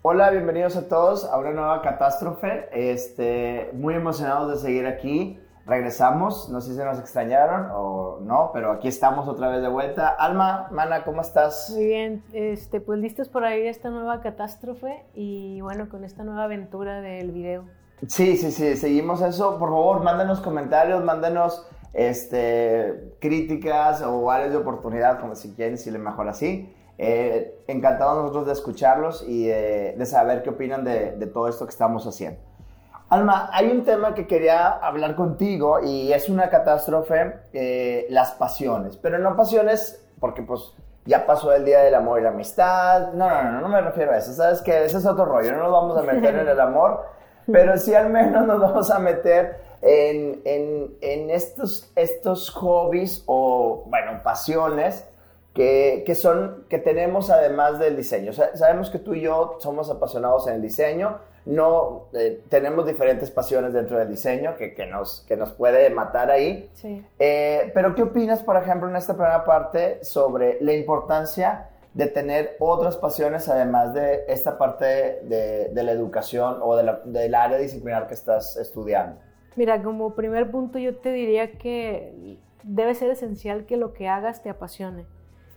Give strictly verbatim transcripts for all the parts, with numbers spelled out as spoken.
Hola, bienvenidos a todos a una nueva catástrofe. Este, muy emocionados de seguir aquí. Regresamos, no sé si nos extrañaron o no, pero aquí estamos otra vez de vuelta. Alma, Mana, ¿cómo estás? Muy bien, este, pues listos para ir a esta nueva catástrofe y bueno, con esta nueva aventura del video. Sí, sí, sí, seguimos eso. Por favor, mándenos comentarios, mándenos este, críticas o áreas de oportunidad, como si quieren, si le mejor así. Eh, encantados nosotros de escucharlos y de, de saber qué opinan de, de todo esto que estamos haciendo. Alma, hay un tema que quería hablar contigo y es una catástrofe, eh, las pasiones, pero no pasiones porque pues ya pasó el día del amor y la amistad. No, no, no, no me refiero a eso, sabes que ese es otro rollo, no nos vamos a meter en el amor, pero sí al menos nos vamos a meter en, en, en estos, estos hobbies o, bueno, pasiones Que, que son, que tenemos además del diseño. O sea, sabemos que tú y yo somos apasionados en el diseño, no, eh, tenemos diferentes pasiones dentro del diseño que, que, nos, que nos puede matar ahí. Sí. Eh, pero ¿qué opinas, por ejemplo, en esta primera parte sobre la importancia de tener otras pasiones además de esta parte de, de la educación o de la, del área disciplinar que estás estudiando? Mira, como primer punto yo te diría que debe ser esencial que lo que hagas te apasione.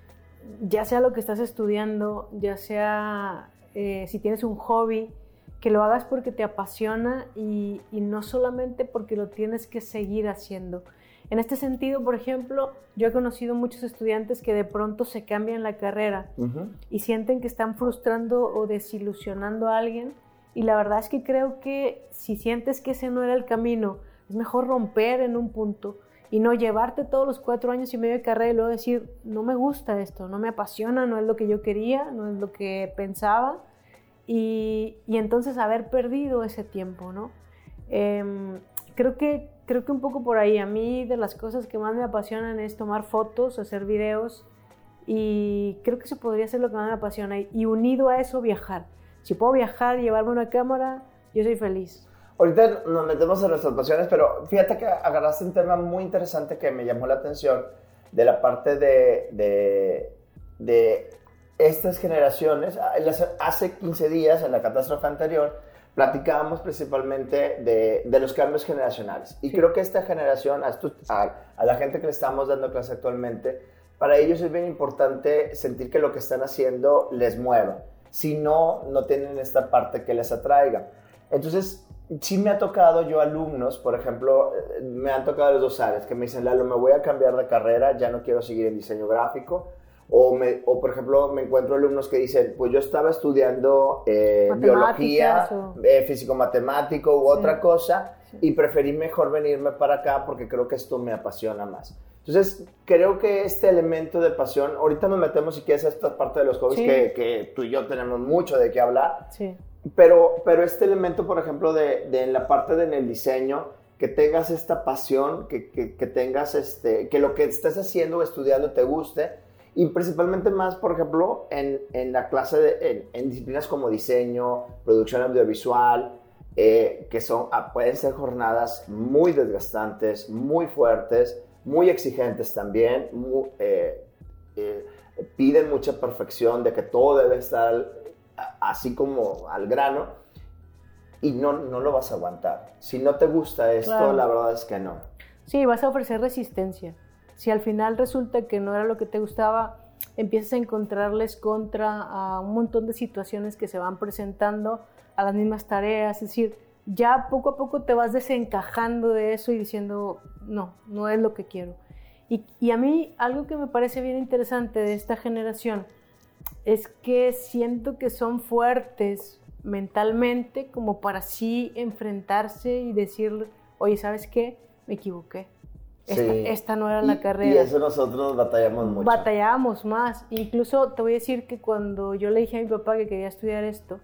Ya sea lo que estás estudiando, ya sea eh, si tienes un hobby, que lo hagas porque te apasiona y, y no solamente porque lo tienes que seguir haciendo. En este sentido, por ejemplo, yo he conocido muchos estudiantes que de pronto se cambian la carrera uh-huh. y sienten que están frustrando o desilusionando a alguien, y la verdad es que creo que si sientes que ese no era el camino, es mejor romper en un punto y no llevarte todos los cuatro años y medio de carrera y luego decir, no me gusta esto, no me apasiona, no es lo que yo quería, no es lo que pensaba, y, y entonces haber perdido ese tiempo, ¿no? Eh, creo que, creo que un poco por ahí, a mí de las cosas que más me apasionan es tomar fotos, hacer videos, y creo que eso podría ser lo que más me apasiona, y, y unido a eso viajar. Si puedo viajar y llevarme una cámara, yo soy feliz. Ahorita nos metemos en nuestras pasiones, pero fíjate que agarraste un tema muy interesante que me llamó la atención de la parte de, de, de estas generaciones. Hace quince días, en la catástrofe anterior, platicábamos principalmente de, de los cambios generacionales. Y sí. Creo que esta generación, a, estos, a, a la gente que le estamos dando clase actualmente, para ellos es bien importante sentir que lo que están haciendo les mueva. Si no, no tienen esta parte que les atraiga. Entonces, sí me ha tocado yo alumnos, por ejemplo, me han tocado las dos áreas, que me dicen, Lalo, me voy a cambiar de carrera, ya no quiero seguir en diseño gráfico, o, me, o por ejemplo, me encuentro alumnos que dicen, pues yo estaba estudiando eh, biología, o... eh, físico-matemático u sí. otra cosa, sí. y preferí mejor venirme para acá porque creo que esto me apasiona más. Entonces, creo que este elemento de pasión, ahorita nos metemos si quieres a esta parte de los hobbies, sí. que, que tú y yo tenemos mucho de qué hablar, sí. Pero, pero este elemento, por ejemplo, de, de en la parte del de diseño, que tengas esta pasión, que, que, que tengas este, que lo que estés haciendo o estudiando te guste, y principalmente más, por ejemplo, en, en la clase, de, en, en disciplinas como diseño, producción audiovisual, eh, que son, ah, pueden ser jornadas muy desgastantes, muy fuertes, muy exigentes también, muy, eh, eh, piden mucha perfección, de que todo debe estar así como al grano, y no, no lo vas a aguantar. Si no te gusta esto, claro. La verdad es que no. Sí, vas a ofrecer resistencia. Si al final resulta que no era lo que te gustaba, empiezas a encontrarles contra a un montón de situaciones que se van presentando a las mismas tareas. Es decir, ya poco a poco te vas desencajando de eso y diciendo, no, no es lo que quiero. Y, y a mí algo que me parece bien interesante de esta generación es que siento que son fuertes mentalmente como para sí enfrentarse y decir, oye, ¿sabes qué? Me equivoqué. Esta, sí. esta no era y, la carrera. Y eso nosotros batallamos mucho. Batallábamos más. Incluso te voy a decir que cuando yo le dije a mi papá que quería estudiar esto,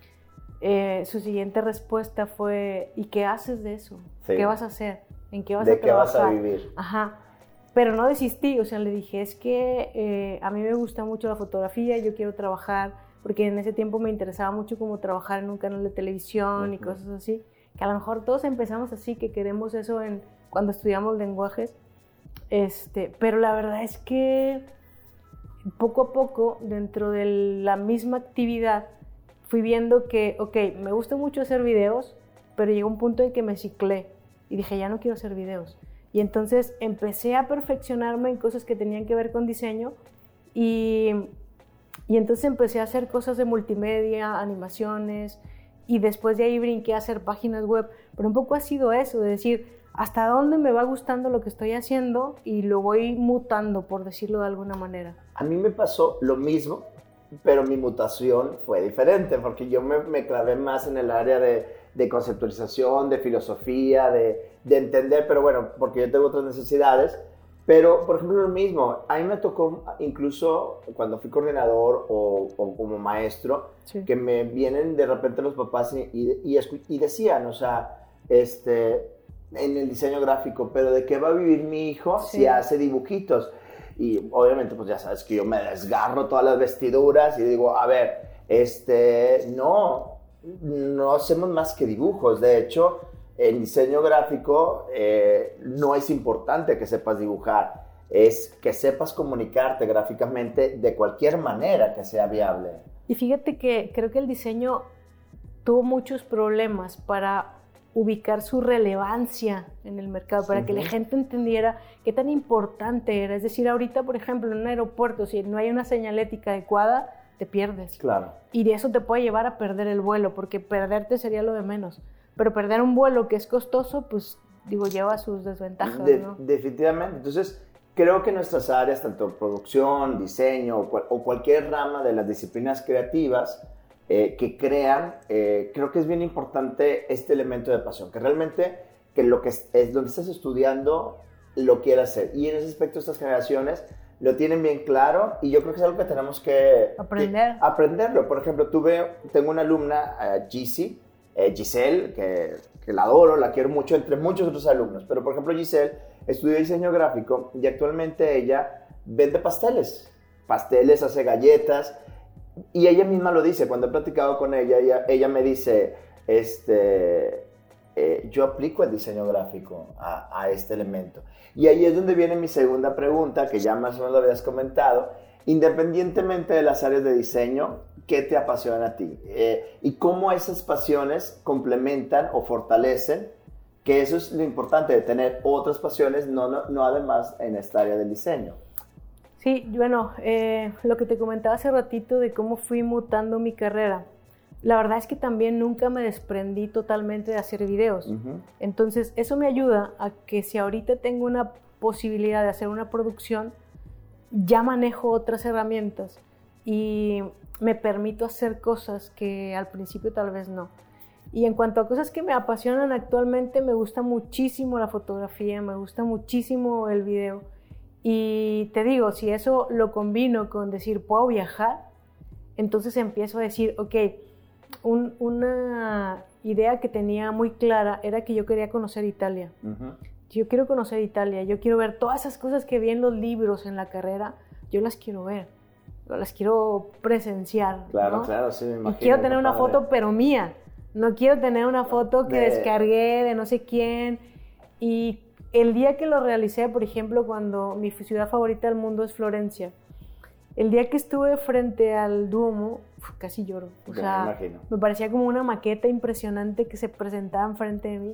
eh, su siguiente respuesta fue, ¿y qué haces de eso? Sí. ¿Qué vas a hacer? ¿En qué vas ¿De a trabajar? ¿De qué vas a vivir? Ajá. Pero no desistí, o sea, le dije, es que eh, a mí me gusta mucho la fotografía, yo quiero trabajar, porque en ese tiempo me interesaba mucho como trabajar en un canal de televisión uh-huh. y cosas así, que a lo mejor todos empezamos así, que queremos eso en, cuando estudiamos lenguajes, este, pero la verdad es que poco a poco, dentro de la misma actividad, fui viendo que, ok, me gusta mucho hacer videos, pero llegó un punto en que me ciclé y dije, ya no quiero hacer videos. Y entonces empecé a perfeccionarme en cosas que tenían que ver con diseño y, y entonces empecé a hacer cosas de multimedia, animaciones, y después de ahí brinqué a hacer páginas web. Pero un poco ha sido eso, de decir, hasta dónde me va gustando lo que estoy haciendo y lo voy mutando, por decirlo de alguna manera. A mí me pasó lo mismo, pero mi mutación fue diferente, porque yo me, me clavé más en el área de, de conceptualización, de filosofía, de, de entender, pero bueno, porque yo tengo otras necesidades. Pero, por ejemplo, lo mismo, a mí me tocó incluso cuando fui coordinador o, o como maestro, sí. que me vienen de repente los papás y, y, y, y decían, o sea, este, en el diseño gráfico, pero ¿de qué va a vivir mi hijo sí. si hace dibujitos? Y obviamente, pues ya sabes que yo me desgarro todas las vestiduras y digo, a ver, este, no, no hacemos más que dibujos. De hecho, en diseño gráfico eh, no es importante que sepas dibujar, es que sepas comunicarte gráficamente de cualquier manera que sea viable. Y fíjate que creo que el diseño tuvo muchos problemas para ubicar su relevancia en el mercado, para uh-huh. que la gente entendiera qué tan importante era. Es decir, ahorita, por ejemplo, en un aeropuerto, si no hay una señalética adecuada, te pierdes. Claro. Y de eso te puede llevar a perder el vuelo, porque perderte sería lo de menos. Pero perder un vuelo que es costoso, pues, digo, lleva sus desventajas, de, ¿no? Definitivamente. Entonces, creo que nuestras áreas, tanto producción, diseño o, cual, o cualquier rama de las disciplinas creativas eh, que crean, eh, creo que es bien importante este elemento de pasión, que realmente que lo que es, es donde estás estudiando lo quieras hacer. Y en ese aspecto estas generaciones lo tienen bien claro y yo creo que es algo que tenemos que... Aprender. Que, aprenderlo. Por ejemplo, tuve, tengo una alumna, uh, Gizzy, Eh, Giselle, que, que la adoro, la quiero mucho, entre muchos otros alumnos. Pero, por ejemplo, Giselle estudió diseño gráfico y actualmente ella vende pasteles. Pasteles, hace galletas. Y ella misma lo dice, cuando he platicado con ella, ella, ella me dice, este, eh, yo aplico el diseño gráfico a, a este elemento. Y ahí es donde viene mi segunda pregunta, que ya más o menos lo habías comentado. Independientemente de las áreas de diseño, ¿qué te apasiona a ti? Eh, y cómo esas pasiones complementan o fortalecen, que eso es lo importante de tener otras pasiones, no, no, no además en esta área del diseño. Sí, bueno, eh, lo que te comentaba hace ratito de cómo fui mutando mi carrera, la verdad es que también nunca me desprendí totalmente de hacer videos. Uh-huh. Entonces, eso me ayuda a que si ahorita tengo una posibilidad de hacer una producción, ya manejo otras herramientas y me permito hacer cosas que al principio tal vez no. Y en cuanto a cosas que me apasionan actualmente, me gusta muchísimo la fotografía, me gusta muchísimo el video. Y te digo, si eso lo combino con decir, puedo viajar, entonces empiezo a decir, ok, un, una idea que tenía muy clara era que yo quería conocer Italia. Uh-huh. Yo quiero conocer Italia, yo quiero ver todas esas cosas que vi en los libros, en la carrera, yo las quiero ver, las quiero presenciar. Claro, ¿no? claro, sí, me imagino. Y quiero tener una padre. foto, pero mía. No quiero tener una foto que de... descargué de no sé quién. Y el día que lo realicé, por ejemplo, cuando mi ciudad favorita del mundo es Florencia, el día que estuve frente al Duomo, uf, casi lloro. O me sea, imagino. Me parecía como una maqueta impresionante que se presentaba enfrente de mí.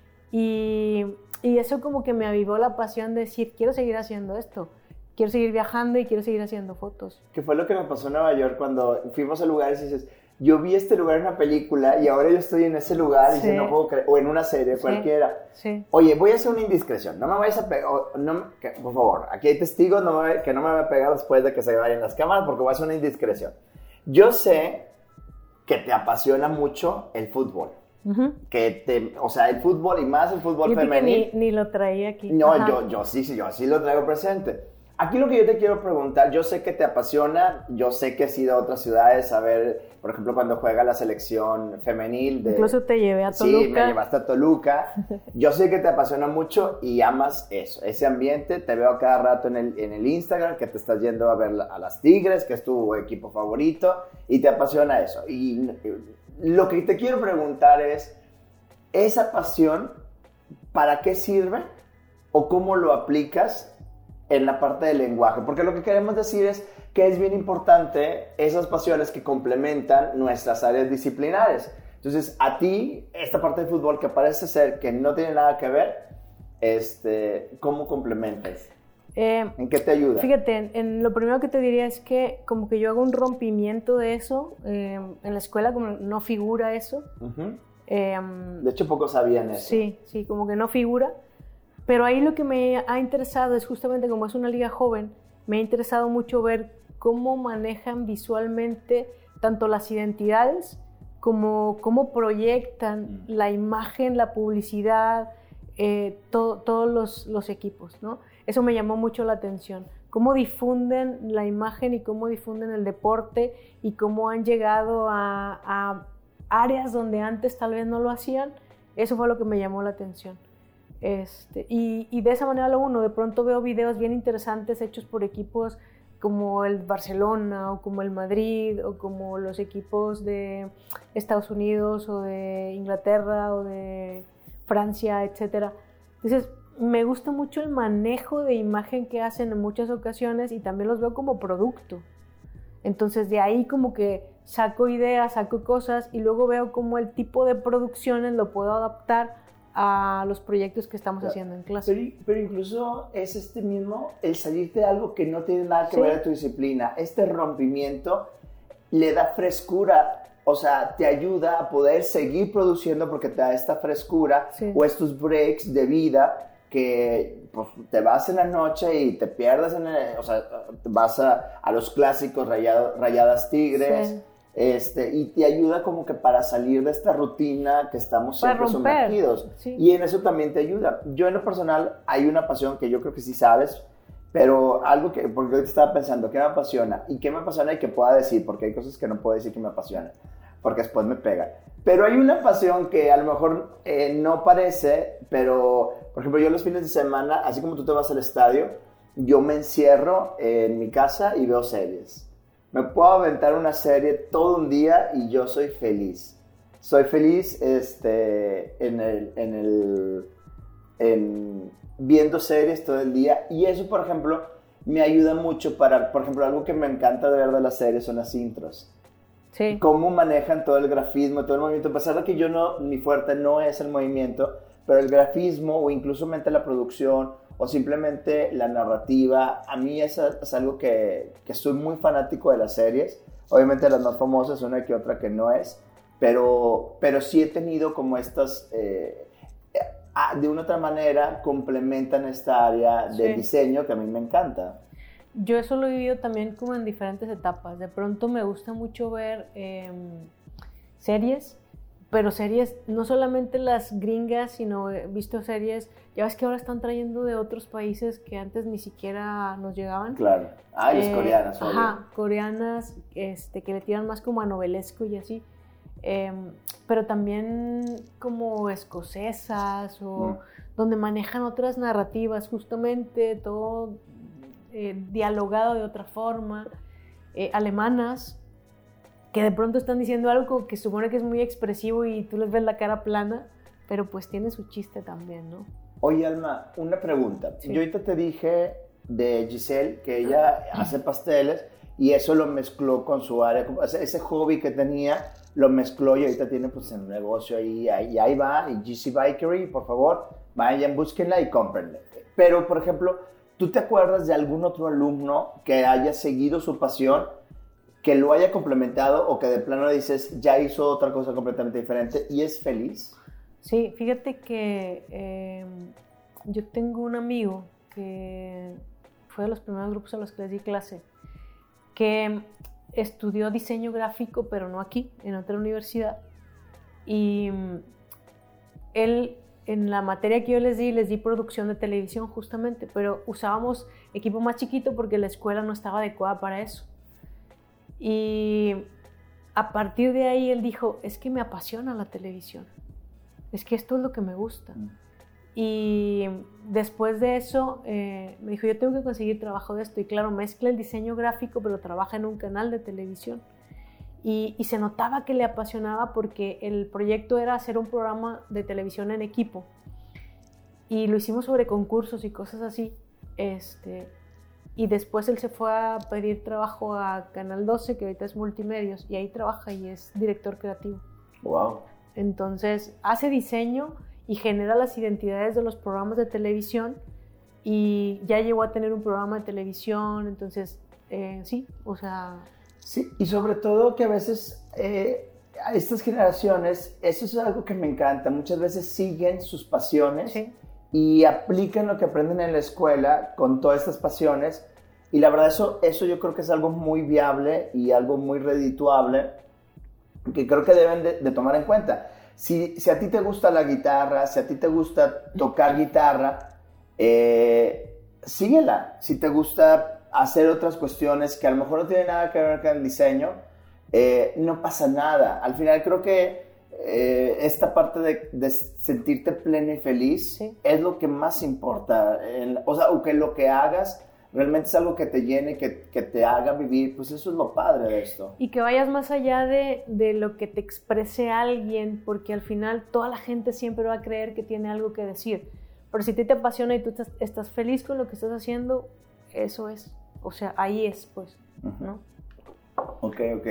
Y... Y eso como que me avivó la pasión de decir, quiero seguir haciendo esto, quiero seguir viajando y quiero seguir haciendo fotos. Que fue lo que nos pasó en Nueva York cuando fuimos a lugares y dices, yo vi este lugar en una película y ahora yo estoy en ese lugar, sí. y dices, no puedo creer, o en una serie, sí. cualquiera. Sí. Oye, voy a hacer una indiscreción, no me vayas a pegar, no, que, por favor, aquí hay testigos, no me, que no me voy a pegar después de que se vayan las cámaras porque voy a hacer una indiscreción. Yo sé que te apasiona mucho el fútbol. Uh-huh. Que te, o sea, el fútbol y más el fútbol femenil. Ni, ni lo traía aquí. No, Ajá. yo, yo sí, sí, yo sí lo traigo presente. Aquí lo que yo te quiero preguntar, yo sé que te apasiona, yo sé que has ido a otras ciudades a ver, por ejemplo, cuando juega la selección femenil. De, Incluso te llevé a Toluca. Sí, me llevaste a Toluca. Yo sé que te apasiona mucho y amas eso, ese ambiente. Te veo cada rato en el, en el Instagram, que te estás yendo a ver a las Tigres, que es tu equipo favorito, y te apasiona eso. Y lo que te quiero preguntar es, ¿esa pasión para qué sirve o cómo lo aplicas en la parte del lenguaje? Porque lo que queremos decir es que es bien importante esas pasiones que complementan nuestras áreas disciplinares. Entonces, a ti, esta parte del fútbol que parece ser que no tiene nada que ver, este, ¿cómo complementas? Eh, ¿En qué te ayuda? Fíjate, en, en lo primero que te diría es que como que yo hago un rompimiento de eso. Eh, en la escuela como no figura eso. Uh-huh. Eh, de hecho, pocos sabían eso. Sí, sí, como que no figura. Pero ahí lo que me ha interesado es justamente como es una liga joven, me ha interesado mucho ver cómo manejan visualmente tanto las identidades como cómo proyectan la imagen, la publicidad, eh, to, todos los, los equipos, ¿no? Eso me llamó mucho la atención. Cómo difunden la imagen y cómo difunden el deporte y cómo han llegado a, a áreas donde antes tal vez no lo hacían. Eso fue lo que me llamó la atención. Este, y, y de esa manera lo uno, de pronto veo videos bien interesantes hechos por equipos como el Barcelona o como el Madrid o como los equipos de Estados Unidos o de Inglaterra o de Francia, etcétera. Entonces, me gusta mucho el manejo de imagen que hacen en muchas ocasiones y también los veo como producto. Entonces, de ahí como que saco ideas, saco cosas y luego veo cómo el tipo de producciones lo puedo adaptar a los proyectos que estamos claro. haciendo en clase. Pero, pero incluso es este mismo, el salirte de algo que no tiene nada que sí. ver a tu disciplina. Este rompimiento le da frescura, o sea, te ayuda a poder seguir produciendo porque te da esta frescura sí. o estos breaks de vida que pues, te vas en la noche y te pierdes en el, o sea, vas a, a los clásicos rayado, Rayadas Tigres. Sí. Este, y te ayuda como que para salir de esta rutina que estamos siempre sumergidos sí. y en eso también te ayuda. Yo en lo personal hay una pasión que yo creo que sí sabes, pero algo que, porque ahorita estaba pensando, ¿qué me apasiona? ¿Y qué me apasiona y qué pueda decir? Porque hay cosas que no puedo decir que me apasionan, porque después me pegan. Pero hay una pasión que a lo mejor eh, no parece, pero por ejemplo yo los fines de semana, así como tú te vas al estadio, yo me encierro en mi casa y veo series. Me puedo aventar una serie todo un día y yo soy feliz. Soy feliz este, en el, en el, en viendo series todo el día. Y eso, por ejemplo, me ayuda mucho para, por ejemplo, algo que me encanta de ver de las series son las intros. Sí. Cómo manejan todo el grafismo, todo el movimiento. A pesar de que yo no, mi fuerte no es el movimiento, pero el grafismo o incluso la producción o simplemente la narrativa, a mí es, es algo que, que soy muy fanático de las series. Obviamente las más famosas, una que otra que no es, pero, pero sí he tenido como estas, eh, de una otra manera, complementan esta área del sí. diseño que a mí me encanta. Yo eso lo he vivido también como en diferentes etapas. De pronto me gusta mucho ver eh, series, pero series, no solamente las gringas, sino he visto series, ya ves que ahora están trayendo de otros países que antes ni siquiera nos llegaban. Claro, ah, las eh, coreanas. Obvio. Ajá, coreanas, este, que le tiran más como a novelesco y así. Eh, pero también como escocesas o mm. donde manejan otras narrativas, justamente todo eh, dialogado de otra forma. Eh, alemanas, que de pronto están diciendo algo que supone que es muy expresivo y tú les ves la cara plana, pero pues tiene su chiste también, ¿no? Oye, Alma, una pregunta. Sí. Yo ahorita te dije de Giselle que ella hace pasteles y eso lo mezcló con su área, ese hobby que tenía, lo mezcló y ahorita tiene pues un negocio ahí, ahí, ahí va, y G C Bakery, por favor, vayan, búsquenla y cómprenla. Pero, por ejemplo, ¿tú te acuerdas de algún otro alumno que haya seguido su pasión, que lo haya complementado o que de plano dices, ya hizo otra cosa completamente diferente y es feliz? Sí, fíjate que eh, yo tengo un amigo que fue de los primeros grupos a los que les di clase, que estudió diseño gráfico, pero no aquí, en otra universidad. Y él, en la materia que yo les di, les di producción de televisión justamente, pero usábamos equipo más chiquito porque la escuela no estaba adecuada para eso. Y a partir de ahí él dijo, es que me apasiona la televisión, es que esto es lo que me gusta. Mm. Y después de eso eh, me dijo, yo tengo que conseguir trabajo de esto. Y claro, mezcla el diseño gráfico, pero trabaja en un canal de televisión. Y, y se notaba que le apasionaba porque el proyecto era hacer un programa de televisión en equipo. Y lo hicimos sobre concursos y cosas así. Este, y después él se fue a pedir trabajo a Canal doce, que ahorita es Multimedios, y ahí trabaja y es director creativo. Wow. Entonces hace diseño y genera las identidades de los programas de televisión, y ya llegó a tener un programa de televisión. Entonces eh, sí, o sea... Sí, y sobre todo que a veces eh, a estas generaciones, eso es algo que me encanta, muchas veces siguen sus pasiones, sí, y aplican lo que aprenden en la escuela con todas estas pasiones, y la verdad eso, eso yo creo que es algo muy viable y algo muy redituable, que creo que deben de, de tomar en cuenta. Si, si a ti te gusta la guitarra, si a ti te gusta tocar guitarra, eh, síguela. Si te gusta hacer otras cuestiones que a lo mejor no tienen nada que ver con el diseño, eh, no pasa nada. Al final creo que eh, esta parte de, de sentirte pleno y feliz, sí, es lo que más importa. En, o sea, o que lo que hagas realmente es algo que te llene, que, que te haga vivir, pues eso es lo padre de esto. Y que vayas más allá de, de lo que te exprese alguien, porque al final toda la gente siempre va a creer que tiene algo que decir. Pero si a ti te apasiona y tú estás, estás feliz con lo que estás haciendo, eso es. O sea, ahí es, pues, uh-huh, ¿no? Ok, ok.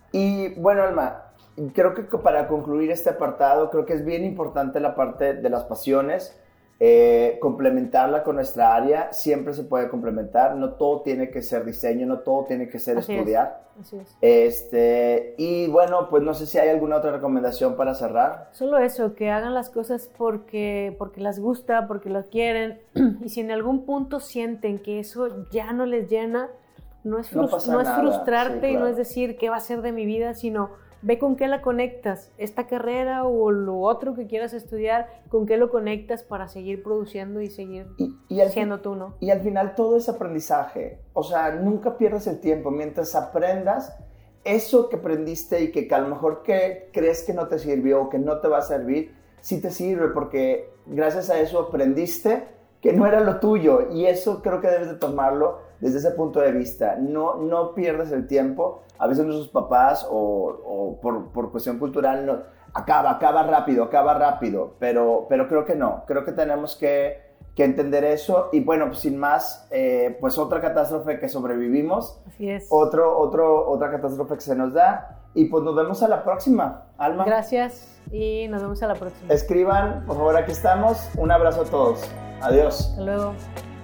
Y bueno, Alma, creo que para concluir este apartado, creo que es bien importante la parte de las pasiones, eh, complementarla con nuestra área. Siempre se puede complementar, no todo tiene que ser diseño, no todo tiene que ser así estudiar. Es, así es. Este, y bueno, pues no sé si hay alguna otra recomendación para cerrar. Solo eso, que hagan las cosas porque, porque les gusta, porque lo quieren, y si en algún punto sienten que eso ya no les llena, no es, frust- no no es frustrarte, sí, claro, y no es decir decir qué va a ser de mi vida, sino ve con qué la conectas, esta carrera o lo otro que quieras estudiar, con qué lo conectas para seguir produciendo y seguir y, y siendo fin, tú, ¿no? Y al final todo es aprendizaje, o sea, nunca pierdas el tiempo, mientras aprendas eso que aprendiste y que, que a lo mejor que crees que no te sirvió o que no te va a servir, sí te sirve, porque gracias a eso aprendiste que no era lo tuyo, y eso creo que debes de tomarlo desde ese punto de vista. No, no pierdas el tiempo. A veces nuestros papás o, o por, por cuestión cultural no, acaba, acaba rápido, acaba rápido, pero, pero creo que no, creo que tenemos que, que entender eso. Y bueno, pues sin más, eh, pues otra catástrofe que sobrevivimos. Así es. Otro, otro, otra catástrofe que se nos da, y pues nos vemos a la próxima, Alma. Gracias y nos vemos a la próxima. Escriban, por favor, aquí estamos. Un abrazo a todos. Adiós. Hasta luego.